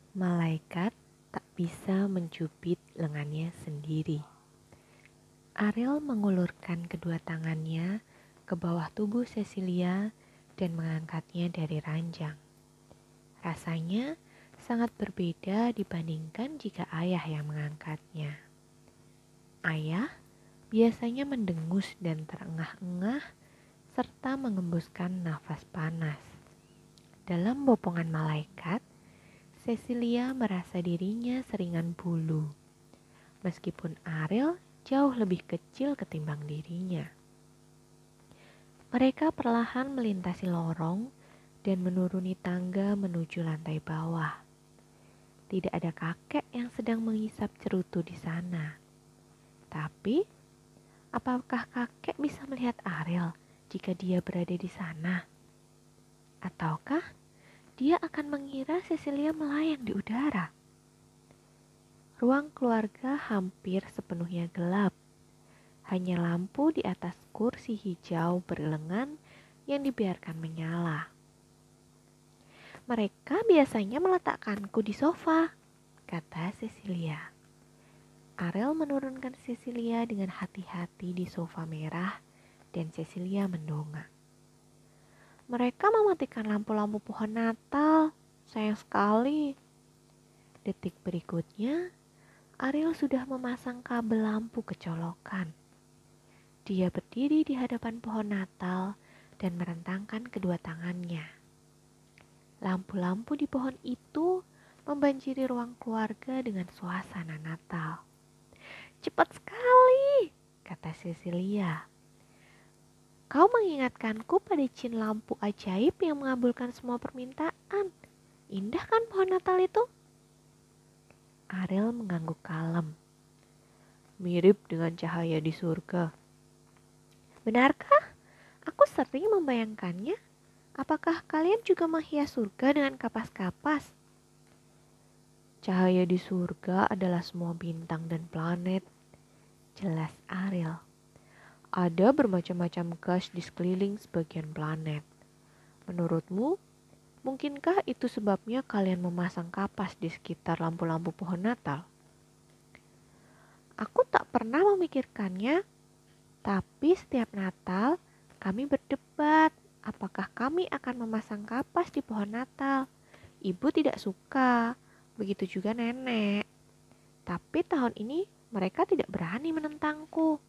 Malaikat tak bisa mencubit lengannya sendiri. Ariel mengulurkan kedua tangannya ke bawah tubuh Cecilia dan mengangkatnya dari ranjang. Rasanya sangat berbeda dibandingkan jika ayah yang mengangkatnya. Ayah biasanya mendengus dan terengah-engah serta mengembuskan nafas panas. Dalam bopongan malaikat, Cecilia merasa dirinya seringan bulu, meskipun Ariel jauh lebih kecil ketimbang dirinya. Mereka perlahan melintasi lorong dan menuruni tangga menuju lantai bawah. Tidak ada kakek yang sedang menghisap cerutu di sana. Tapi, apakah kakek bisa melihat Ariel jika dia berada di sana? Ataukah dia akan mengira Cecilia melayang di udara? Ruang keluarga hampir sepenuhnya gelap. Hanya lampu di atas kursi hijau berlengan yang dibiarkan menyala. Mereka biasanya meletakkanku di sofa, kata Cecilia. Ariel menurunkan Cecilia dengan hati-hati di sofa merah dan Cecilia mendongak. Mereka mematikan lampu-lampu pohon Natal. Sayang sekali. Detik berikutnya, Ariel sudah memasang kabel lampu kecolokan. Dia berdiri di hadapan pohon Natal dan merentangkan kedua tangannya. Lampu-lampu di pohon itu membanjiri ruang keluarga dengan suasana Natal. Cepat sekali, kata Cecilia. Kau mengingatkanku pada cincin lampu ajaib yang mengabulkan semua permintaan. Indah kan pohon Natal itu? Ariel mengangguk kalem. Mirip dengan cahaya di surga. Benarkah? Aku sering membayangkannya. Apakah kalian juga menghias surga dengan kapas-kapas? Cahaya di surga adalah semua bintang dan planet, jelas Ariel. Ada bermacam-macam gas di sekeliling sebagian planet. Menurutmu, mungkinkah itu sebabnya kalian memasang kapas di sekitar lampu-lampu pohon Natal? Aku tak pernah memikirkannya, tapi setiap Natal kami berdebat apakah kami akan memasang kapas di pohon Natal. Ibu tidak suka, begitu juga nenek. Tapi tahun ini mereka tidak berani menentangku.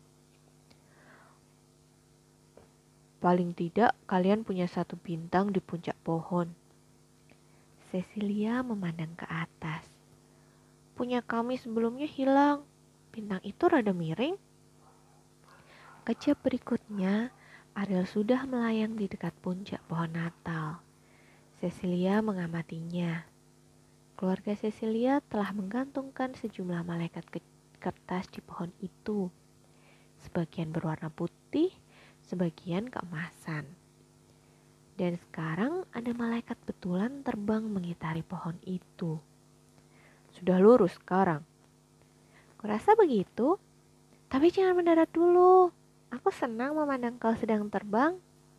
Paling tidak kalian punya satu bintang di puncak pohon. Cecilia memandang ke atas. Punya kami sebelumnya hilang. Bintang itu rada miring. Kejap berikutnya, Ariel sudah melayang di dekat puncak pohon Natal. Cecilia mengamatinya. Keluarga Cecilia telah menggantungkan sejumlah malaikat kertas di pohon itu. Sebagian berwarna putih, sebagian keemasan. Dan sekarang ada malaikat betulan terbang mengitari pohon itu. Sudah lurus sekarang. Kurasa begitu, tapi jangan mendarat dulu. Aku senang memandang kau sedang terbang.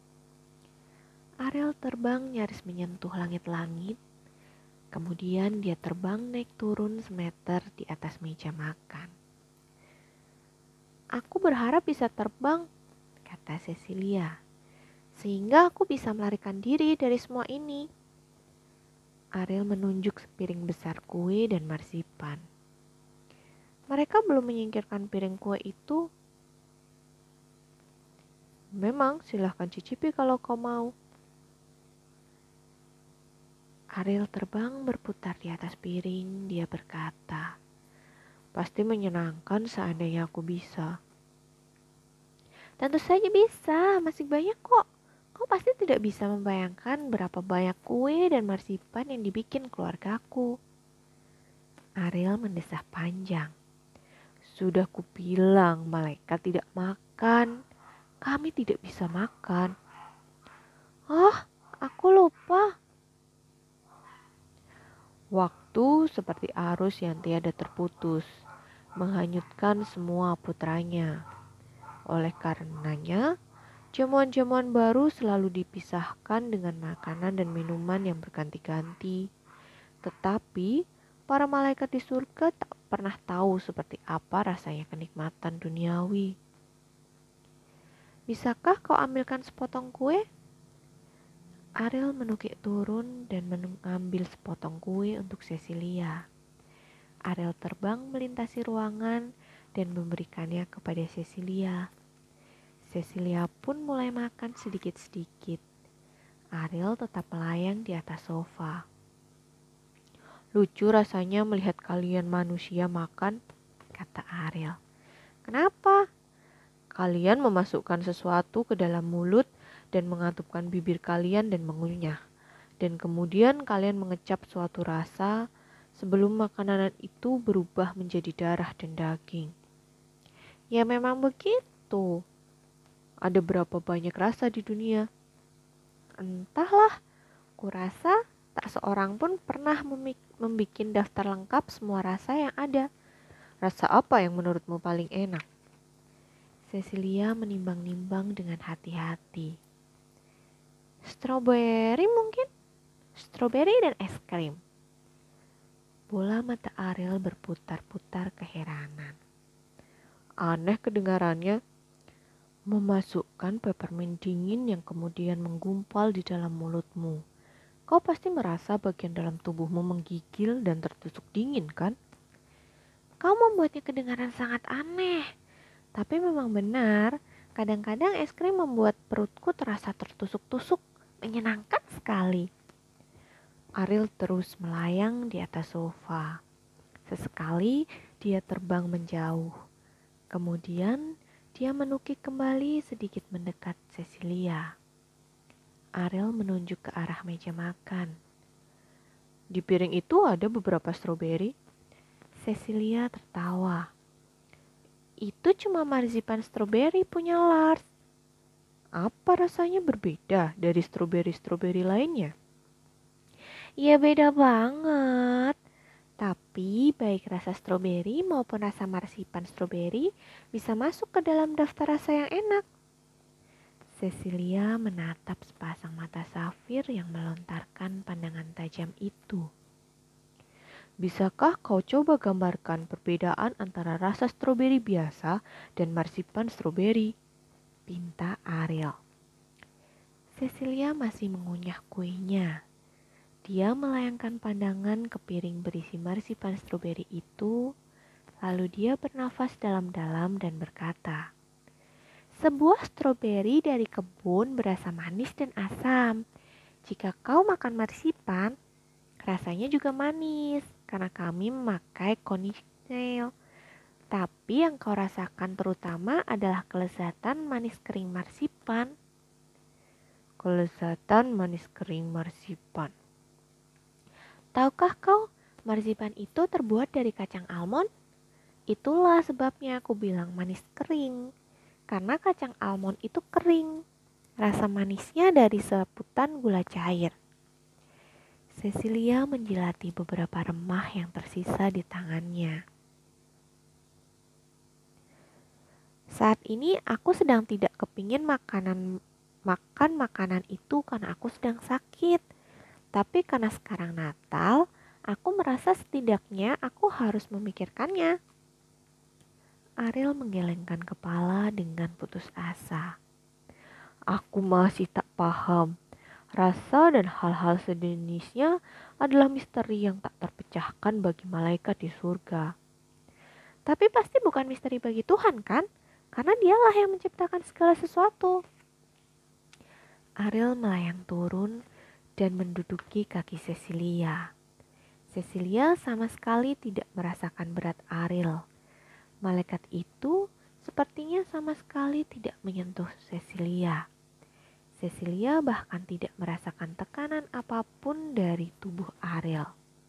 Ariel terbang nyaris menyentuh langit-langit. Kemudian dia terbang naik turun semeter di atas meja makan. Aku berharap bisa terbang, kata Cecilia, sehingga aku bisa melarikan diri dari semua ini. Ariel menunjuk sepiring besar kue dan marsipan. Mereka belum menyingkirkan piring kue itu. Memang silahkan cicipi kalau kau mau. Ariel terbang berputar di atas piring. Dia berkata, pasti menyenangkan seandainya aku bisa. Tentu saja bisa, masih banyak kok. Kau pasti tidak bisa membayangkan berapa banyak kue dan marsipan yang dibikin keluargaku. Ariel mendesah panjang. Sudah kubilang malaikat tidak makan. Kami tidak bisa makan. Oh, aku lupa. Waktu seperti arus yang tiada terputus, menghanyutkan semua putranya. Oleh karenanya, jamuan-jamuan baru selalu dipisahkan dengan makanan dan minuman yang berganti-ganti. Tetapi para malaikat di surga tak pernah tahu seperti apa rasanya kenikmatan duniawi. Bisakah kau ambilkan sepotong kue? Ariel menukik turun dan mengambil sepotong kue untuk Cecilia. Ariel terbang melintasi ruangan dan memberikannya kepada Cecilia. Cecilia pun mulai makan sedikit-sedikit. Ariel tetap melayang di atas sofa. Lucu rasanya melihat kalian manusia makan, kata Ariel. Kenapa? Kalian memasukkan sesuatu ke dalam mulut dan mengatupkan bibir kalian dan mengunyah. Dan kemudian kalian mengecap suatu rasa sebelum makanan itu berubah menjadi darah dan daging. Ya memang begitu. Ada berapa banyak rasa di dunia? Entahlah, kurasa tak seorang pun pernah membuat daftar lengkap semua rasa yang ada. Rasa apa yang menurutmu paling enak? Cecilia menimbang-nimbang dengan hati-hati. Stroberi mungkin? Stroberi dan es krim. Bola mata Ariel berputar-putar keheranan. Aneh kedengarannya. Memasukkan peppermint dingin yang kemudian menggumpal di dalam mulutmu. Kau pasti merasa bagian dalam tubuhmu menggigil dan tertusuk dingin, kan? Kau membuatnya kedengaran sangat aneh. Tapi memang benar, kadang-kadang es krim membuat perutku terasa tertusuk-tusuk. Menyenangkan sekali. Ariel terus melayang di atas sofa. Sesekali dia terbang menjauh. Kemudian dia menukik kembali sedikit mendekat Cecilia. Ariel menunjuk ke arah meja makan. Di piring itu ada beberapa stroberi. Cecilia tertawa. Itu cuma marzipan stroberi punya Lars. Apa rasanya berbeda dari stroberi-stroberi lainnya? Ya beda banget. Tapi baik rasa stroberi maupun rasa marzipan stroberi bisa masuk ke dalam daftar rasa yang enak. Cecilia menatap sepasang mata safir yang melontarkan pandangan tajam itu. Bisakah kau coba gambarkan perbedaan antara rasa stroberi biasa dan marzipan stroberi? Pinta Ariel. Cecilia masih mengunyah kuenya. Dia melayangkan pandangan ke piring berisi marzipan stroberi itu, lalu dia bernafas dalam-dalam dan berkata, sebuah stroberi dari kebun berasa manis dan asam. Jika kau makan marsipan, rasanya juga manis karena kami memakai kondisional. Tapi yang kau rasakan terutama adalah kelezatan manis kering marsipan. Kelezatan manis kering marsipan. Tahukah kau, marsipan itu terbuat dari kacang almond? Itulah sebabnya aku bilang manis kering. Karena kacang almond itu kering. Rasa manisnya dari sebutan gula cair. Cecilia menjilati beberapa remah yang tersisa di tangannya. Saat ini aku sedang tidak kepingin makan makanan itu karena aku sedang sakit. Tapi karena sekarang Natal, aku merasa setidaknya aku harus memikirkannya. Ariel menggelengkan kepala dengan putus asa. Aku masih tak paham. Rasa dan hal-hal sejenisnya adalah misteri yang tak terpecahkan bagi malaikat di surga. Tapi pasti bukan misteri bagi Tuhan, kan? Karena dialah yang menciptakan segala sesuatu. Ariel melayang turun dan menduduki kaki Cecilia. Cecilia sama sekali tidak merasakan berat Ariel. Malaikat itu sepertinya sama sekali tidak menyentuh Cecilia. Cecilia bahkan tidak merasakan tekanan apapun dari tubuh Ariel.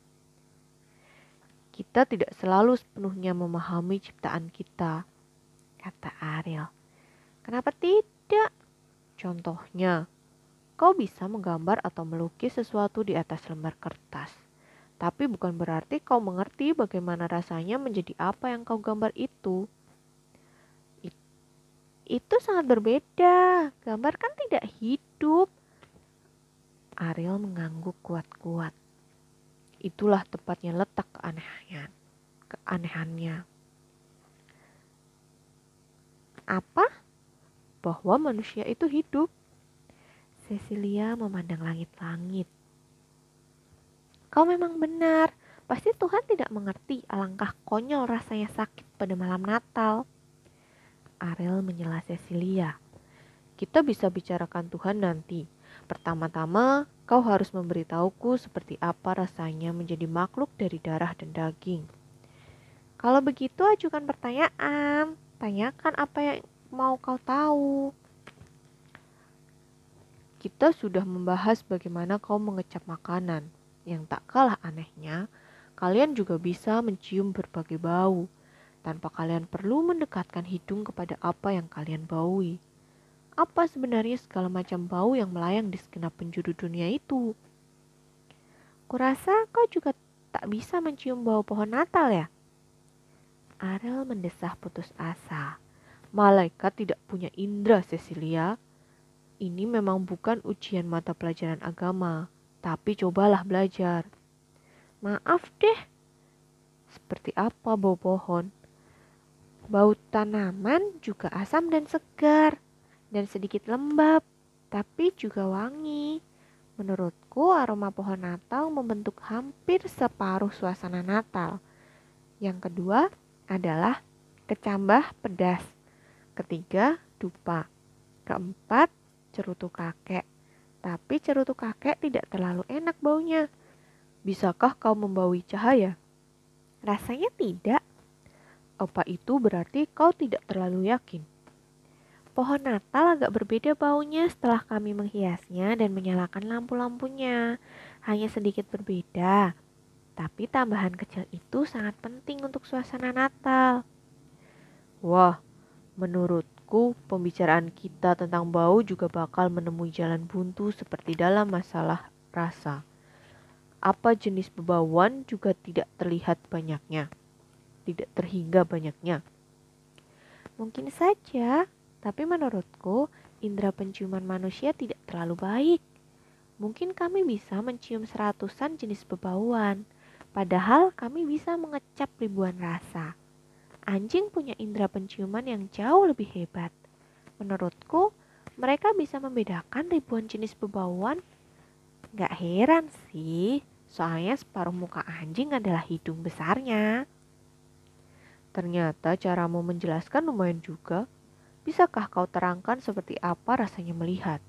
Kita tidak selalu sepenuhnya memahami ciptaan kita, kata Ariel. Kenapa tidak? Contohnya, kau bisa menggambar atau melukis sesuatu di atas lembar kertas. Tapi bukan berarti kau mengerti bagaimana rasanya menjadi apa yang kau gambar itu. Itu sangat berbeda. Gambar kan tidak hidup. Ariel mengangguk kuat-kuat. Itulah tepatnya letak keanehannya. Apa? Bahwa manusia itu hidup. Cecilia memandang langit-langit. Kau memang benar. Pasti Tuhan tidak mengerti alangkah konyol rasanya sakit pada malam Natal. Ariel menyela Cecilia. Kita bisa bicarakan Tuhan nanti. Pertama-tama, kau harus memberitahuku seperti apa rasanya menjadi makhluk dari darah dan daging. Kalau begitu, ajukan pertanyaan. Tanyakan apa yang mau kau tahu. Kita sudah membahas bagaimana kau mengecap makanan. Yang tak kalah anehnya, kalian juga bisa mencium berbagai bau, tanpa kalian perlu mendekatkan hidung kepada apa yang kalian baui. Apa sebenarnya segala macam bau yang melayang di segenap penjuru dunia itu? Kurasa kau juga tak bisa mencium bau pohon Natal ya? Ariel mendesah putus asa. Malaikat tidak punya indera, Cecilia. Ini memang bukan ujian mata pelajaran agama, tapi cobalah belajar. Maaf deh, seperti apa bau pohon? Bau tanaman juga asam dan segar, dan sedikit lembab, tapi juga wangi. Menurutku aroma pohon Natal membentuk hampir separuh suasana Natal. Yang kedua adalah kecambah pedas. Ketiga, dupa. Keempat, cerutu kakek. Tapi cerutu kakek tidak terlalu enak baunya. Bisakah kau membaui cahaya? Rasanya tidak. Apa itu berarti kau tidak terlalu yakin? Pohon Natal agak berbeda baunya setelah kami menghiasnya dan menyalakan lampu-lampunya. Hanya sedikit berbeda, tapi tambahan kecil itu sangat penting untuk suasana Natal. Wah, menurutku pembicaraan kita tentang bau juga bakal menemui jalan buntu seperti dalam masalah rasa. Apa jenis bebauan juga tidak terlihat banyaknya, tidak terhingga banyaknya. Mungkin saja, tapi menurutku indera penciuman manusia tidak terlalu baik. Mungkin kami bisa mencium seratusan jenis bebauan, padahal kami bisa mengecap ribuan rasa. Anjing punya indera penciuman yang jauh lebih hebat. Menurutku, mereka bisa membedakan ribuan jenis bebauan. Gak heran sih, soalnya separuh muka anjing adalah hidung besarnya. Ternyata caramu menjelaskan lumayan juga. Bisakah kau terangkan seperti apa rasanya melihat?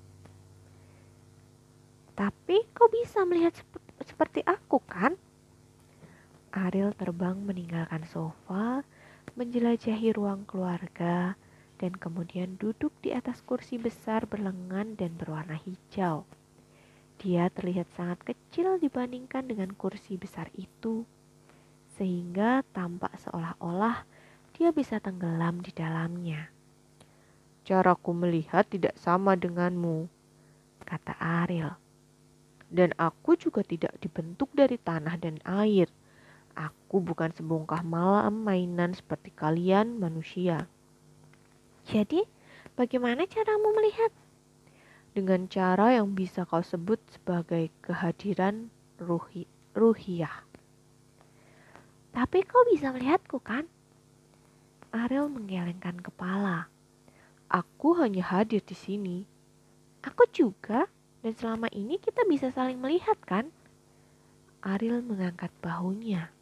Tapi kau bisa melihat seperti aku kan? Ariel terbang meninggalkan sofa, menjelajahi ruang keluarga, dan kemudian duduk di atas kursi besar berlengan dan berwarna hijau. Dia terlihat sangat kecil dibandingkan dengan kursi besar itu, sehingga tampak seolah-olah dia bisa tenggelam di dalamnya. Caraku melihat tidak sama denganmu, kata Ariel. Dan aku juga tidak dibentuk dari tanah dan air. Aku bukan sebongkah malam mainan seperti kalian manusia. Jadi, bagaimana caramu melihat? Dengan cara yang bisa kau sebut sebagai kehadiran ruhiyah. Tapi kau bisa melihatku kan? Ariel menggelengkan kepala. Aku hanya hadir di sini. Aku juga, dan selama ini kita bisa saling melihat kan? Ariel mengangkat bahunya.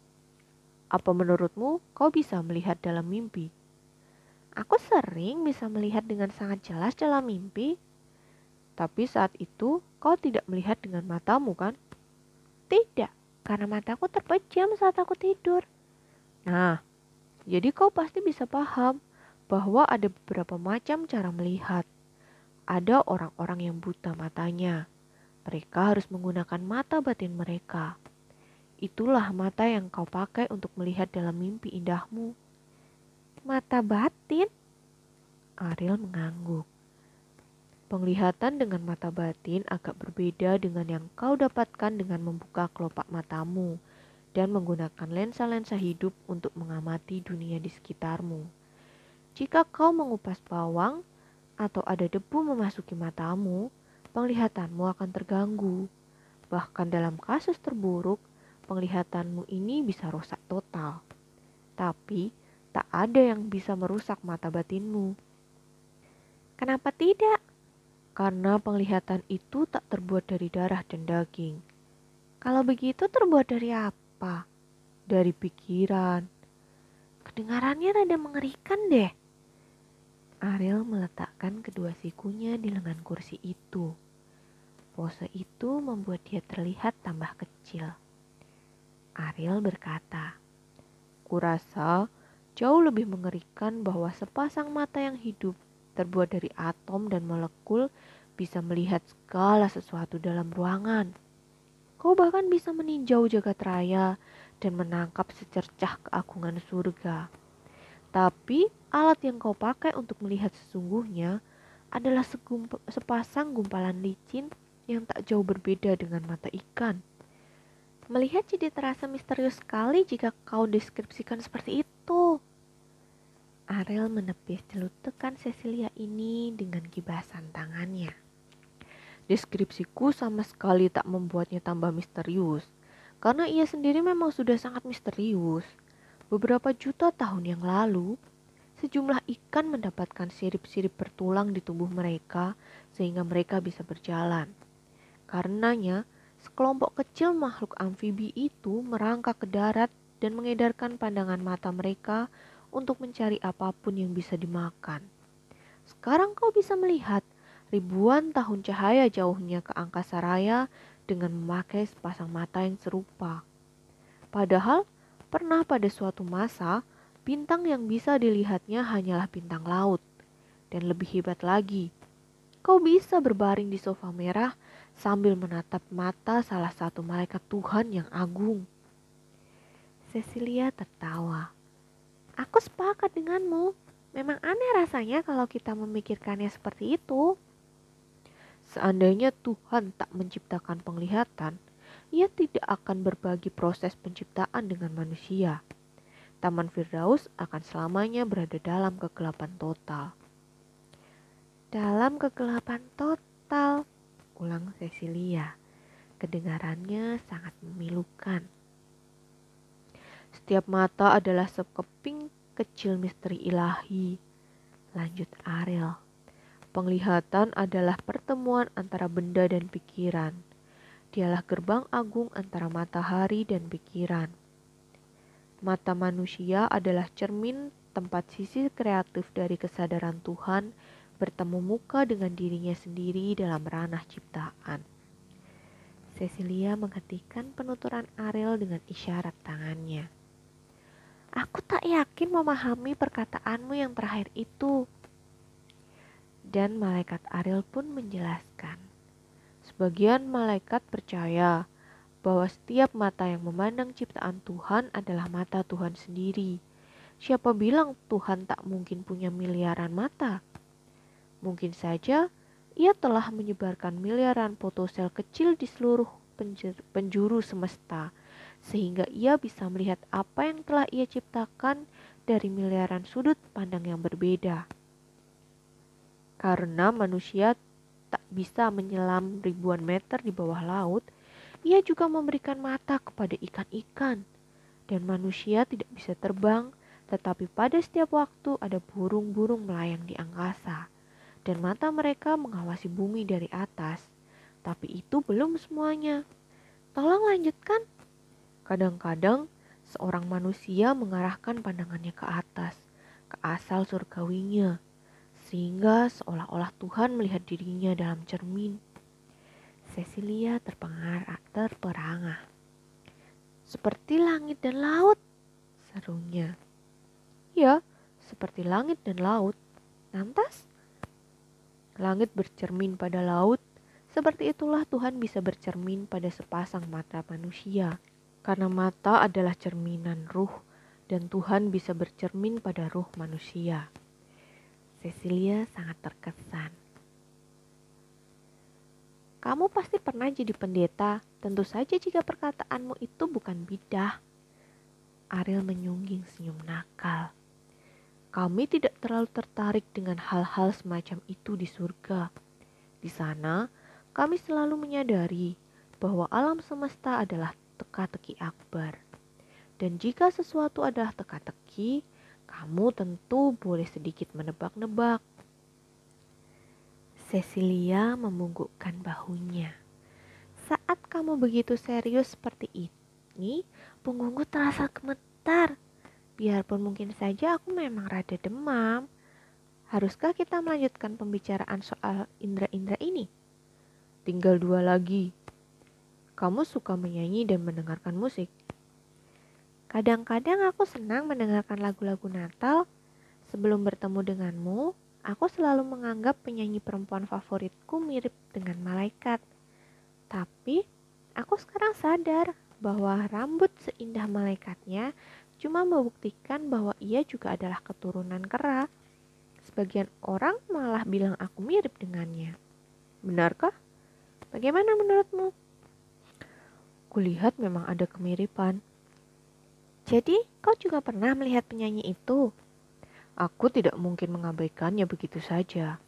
Apa menurutmu kau bisa melihat dalam mimpi? Aku sering bisa melihat dengan sangat jelas dalam mimpi. Tapi saat itu kau tidak melihat dengan matamu kan? Tidak, karena mataku terpejam saat aku tidur. Nah, jadi kau pasti bisa paham bahwa ada beberapa macam cara melihat. Ada orang-orang yang buta matanya. Mereka harus menggunakan mata batin mereka. Itulah mata yang kau pakai untuk melihat dalam mimpi indahmu. Mata batin? Ariel mengangguk. Penglihatan dengan mata batin agak berbeda dengan yang kau dapatkan dengan membuka kelopak matamu dan menggunakan lensa-lensa hidup untuk mengamati dunia di sekitarmu. Jika kau mengupas bawang atau ada debu memasuki matamu, penglihatanmu akan terganggu. Bahkan dalam kasus terburuk, penglihatanmu ini bisa rusak total. Tapi tak ada yang bisa merusak mata batinmu. Kenapa tidak? Karena penglihatan itu tak terbuat dari darah dan daging. Kalau begitu terbuat dari apa? Dari pikiran. Kedengarannya rada mengerikan deh. Ariel meletakkan kedua sikunya di lengan kursi itu. Pose itu membuat dia terlihat tambah kecil. Ariel berkata, "Kurasa jauh lebih mengerikan bahwa sepasang mata yang hidup terbuat dari atom dan molekul bisa melihat segala sesuatu dalam ruangan. Kau bahkan bisa meninjau jagat raya dan menangkap secercah keagungan surga. Tapi alat yang kau pakai untuk melihat sesungguhnya adalah sepasang gumpalan licin yang tak jauh berbeda dengan mata ikan. Melihat jadi terasa misterius sekali jika kau deskripsikan seperti itu." Ariel menepis celutukan Cecilia ini dengan kibasan tangannya. "Deskripsiku sama sekali tak membuatnya tambah misterius, karena ia sendiri memang sudah sangat misterius. Beberapa juta tahun yang lalu, sejumlah ikan mendapatkan sirip-sirip bertulang di tubuh mereka sehingga mereka bisa berjalan. Karenanya, sekelompok kecil makhluk amfibi itu merangkak ke darat dan mengedarkan pandangan mata mereka untuk mencari apapun yang bisa dimakan. Sekarang kau bisa melihat ribuan tahun cahaya jauhnya ke angkasa raya dengan memakai sepasang mata yang serupa. Padahal, pernah pada suatu masa, bintang yang bisa dilihatnya hanyalah bintang laut. Dan lebih hebat lagi, kau bisa berbaring di sofa merah sambil menatap mata salah satu malaikat Tuhan yang agung." Cecilia tertawa. "Aku sepakat denganmu. Memang aneh rasanya kalau kita memikirkannya seperti itu." "Seandainya Tuhan tak menciptakan penglihatan, Ia tidak akan berbagi proses penciptaan dengan manusia. Taman Firdaus akan selamanya berada dalam kegelapan total." "Dalam kegelapan total," ulang Cecilia. Kedengarannya sangat memilukan. "Setiap mata adalah sekeping kecil misteri ilahi," lanjut Ariel. "Penglihatan adalah pertemuan antara benda dan pikiran. Dialah gerbang agung antara matahari dan pikiran. Mata manusia adalah cermin tempat sisi kreatif dari kesadaran Tuhan bertemu muka dengan dirinya sendiri dalam ranah ciptaan." Cecilia menghentikan penuturan Ariel dengan isyarat tangannya. "Aku tak yakin memahami perkataanmu yang terakhir itu." Dan malaikat Ariel pun menjelaskan, "Sebagian malaikat percaya bahwa setiap mata yang memandang ciptaan Tuhan adalah mata Tuhan sendiri. Siapa bilang Tuhan tak mungkin punya miliaran mata? Mungkin saja Ia telah menyebarkan miliaran fotosel kecil di seluruh penjuru semesta, sehingga Ia bisa melihat apa yang telah Ia ciptakan dari miliaran sudut pandang yang berbeda. Karena manusia tak bisa menyelam ribuan meter di bawah laut, Ia juga memberikan mata kepada ikan-ikan. Dan manusia tidak bisa terbang, tetapi pada setiap waktu ada burung-burung melayang di angkasa. Dan mata mereka mengawasi bumi dari atas. Tapi itu belum semuanya. Tolong lanjutkan." "Kadang-kadang seorang manusia mengarahkan pandangannya ke atas, ke asal surgawinya, sehingga seolah-olah Tuhan melihat dirinya dalam cermin." Cecilia terperangah. "Seperti langit dan laut," serunya. "Ya, seperti langit dan laut. Lantas, langit bercermin pada laut, seperti itulah Tuhan bisa bercermin pada sepasang mata manusia. Karena mata adalah cerminan ruh, dan Tuhan bisa bercermin pada ruh manusia." Cecilia sangat terkesan. "Kamu pasti pernah jadi pendeta, tentu saja jika perkataanmu itu bukan bidah." Ariel menyungging senyum nakal. "Kami tidak terlalu tertarik dengan hal-hal semacam itu di surga. Di sana, kami selalu menyadari bahwa alam semesta adalah teka-teki Akbar. Dan jika sesuatu adalah teka-teki, kamu tentu boleh sedikit menebak-nebak. Cecilia membungkukkan bahunya. Saat kamu begitu serius seperti ini, punggungku terasa gemetar. Biarpun mungkin saja aku memang rada demam. Haruskah kita melanjutkan pembicaraan soal indera-indera ini? Tinggal 2 lagi. Kamu suka menyanyi dan mendengarkan musik? Kadang-kadang aku senang mendengarkan lagu-lagu Natal. Sebelum bertemu denganmu, aku selalu menganggap penyanyi perempuan favoritku mirip dengan malaikat. Tapi, aku sekarang sadar bahwa rambut seindah malaikatnya cuma membuktikan bahwa ia juga adalah keturunan kera. Sebagian orang malah bilang aku mirip dengannya. Benarkah? Bagaimana menurutmu? Kulihat memang ada kemiripan. Jadi, kau juga pernah melihat penyanyi itu? Aku tidak mungkin mengabaikannya begitu saja.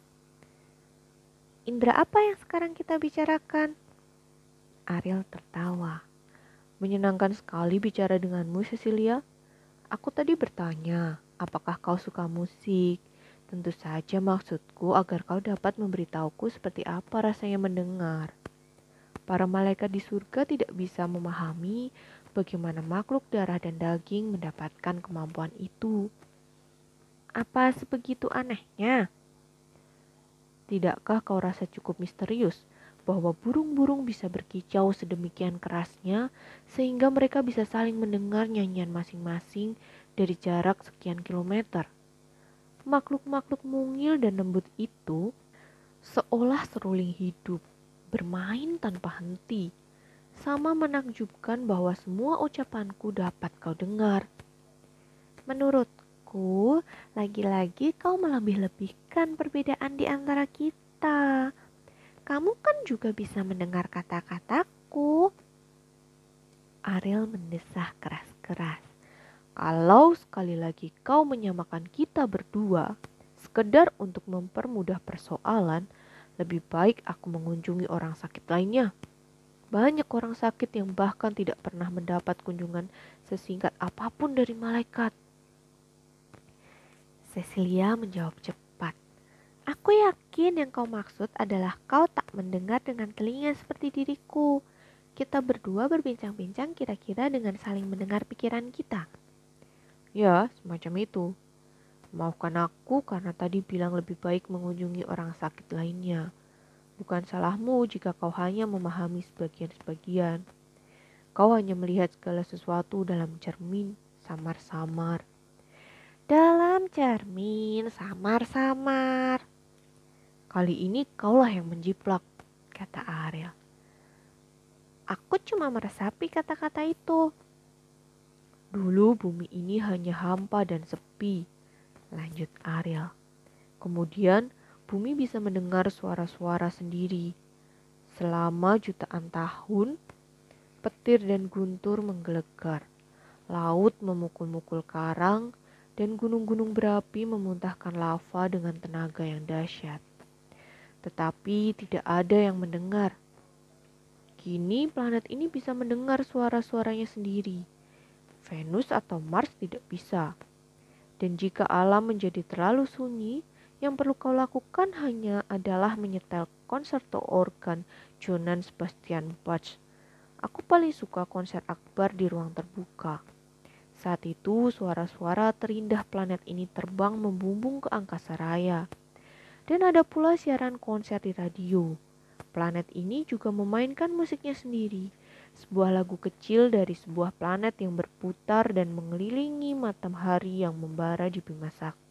Indra apa yang sekarang kita bicarakan? Ariel tertawa. Menyenangkan sekali bicara denganmu, Cecilia. Aku tadi bertanya, apakah kau suka musik? Tentu saja maksudku agar kau dapat memberitahuku seperti apa rasanya mendengar. Para malaikat di surga tidak bisa memahami bagaimana makhluk darah dan daging mendapatkan kemampuan itu. Apa sebegitu anehnya? Tidakkah kau rasa cukup misterius bahwa burung-burung bisa berkicau sedemikian kerasnya sehingga mereka bisa saling mendengar nyanyian masing-masing dari jarak sekian kilometer? Makhluk-makhluk mungil dan lembut itu seolah seruling hidup, bermain tanpa henti. Sama menakjubkan bahwa semua ucapanku dapat kau dengar. Menurutku, lagi-lagi kau melebih-lebihkan perbedaan di antara kita. Kamu kan juga bisa mendengar kata-kataku. Ariel mendesah keras-keras. Kalau sekali lagi kau menyamakan kita berdua, sekedar untuk mempermudah persoalan, lebih baik aku mengunjungi orang sakit lainnya. Banyak orang sakit yang bahkan tidak pernah mendapat kunjungan sesingkat apapun dari malaikat. Cecilia menjawab cepat. Aku yakin yang kau maksud adalah kau tak mendengar dengan telinga seperti diriku. Kita berdua berbincang-bincang kira-kira dengan saling mendengar pikiran kita. Ya, semacam itu. Maafkan aku karena tadi bilang lebih baik mengunjungi orang sakit lainnya. Bukan salahmu jika kau hanya memahami sebagian-sebagian. Kau hanya melihat segala sesuatu dalam cermin, samar-samar. Dalam cermin, samar-samar. Kali ini kaulah yang menjiplak, kata Ariel. Aku cuma meresapi kata-kata itu. Dulu bumi ini hanya hampa dan sepi, lanjut Ariel. Kemudian bumi bisa mendengar suara-suara sendiri. Selama jutaan tahun, petir dan guntur menggelegar. Laut memukul-mukul karang dan gunung-gunung berapi memuntahkan lava dengan tenaga yang dahsyat. Tetapi tidak ada yang mendengar. Kini planet ini bisa mendengar suara-suaranya sendiri. Venus atau Mars tidak bisa. Dan jika alam menjadi terlalu sunyi, yang perlu kau lakukan hanya adalah menyetel konserto organ Johann Sebastian Bach. Aku paling suka konser Akbar di ruang terbuka. Saat itu suara-suara terindah planet ini terbang membumbung ke angkasa raya. Dan ada pula siaran konser di radio. Planet ini juga memainkan musiknya sendiri. Sebuah lagu kecil dari sebuah planet yang berputar dan mengelilingi matahari yang membara di Bima Sakti.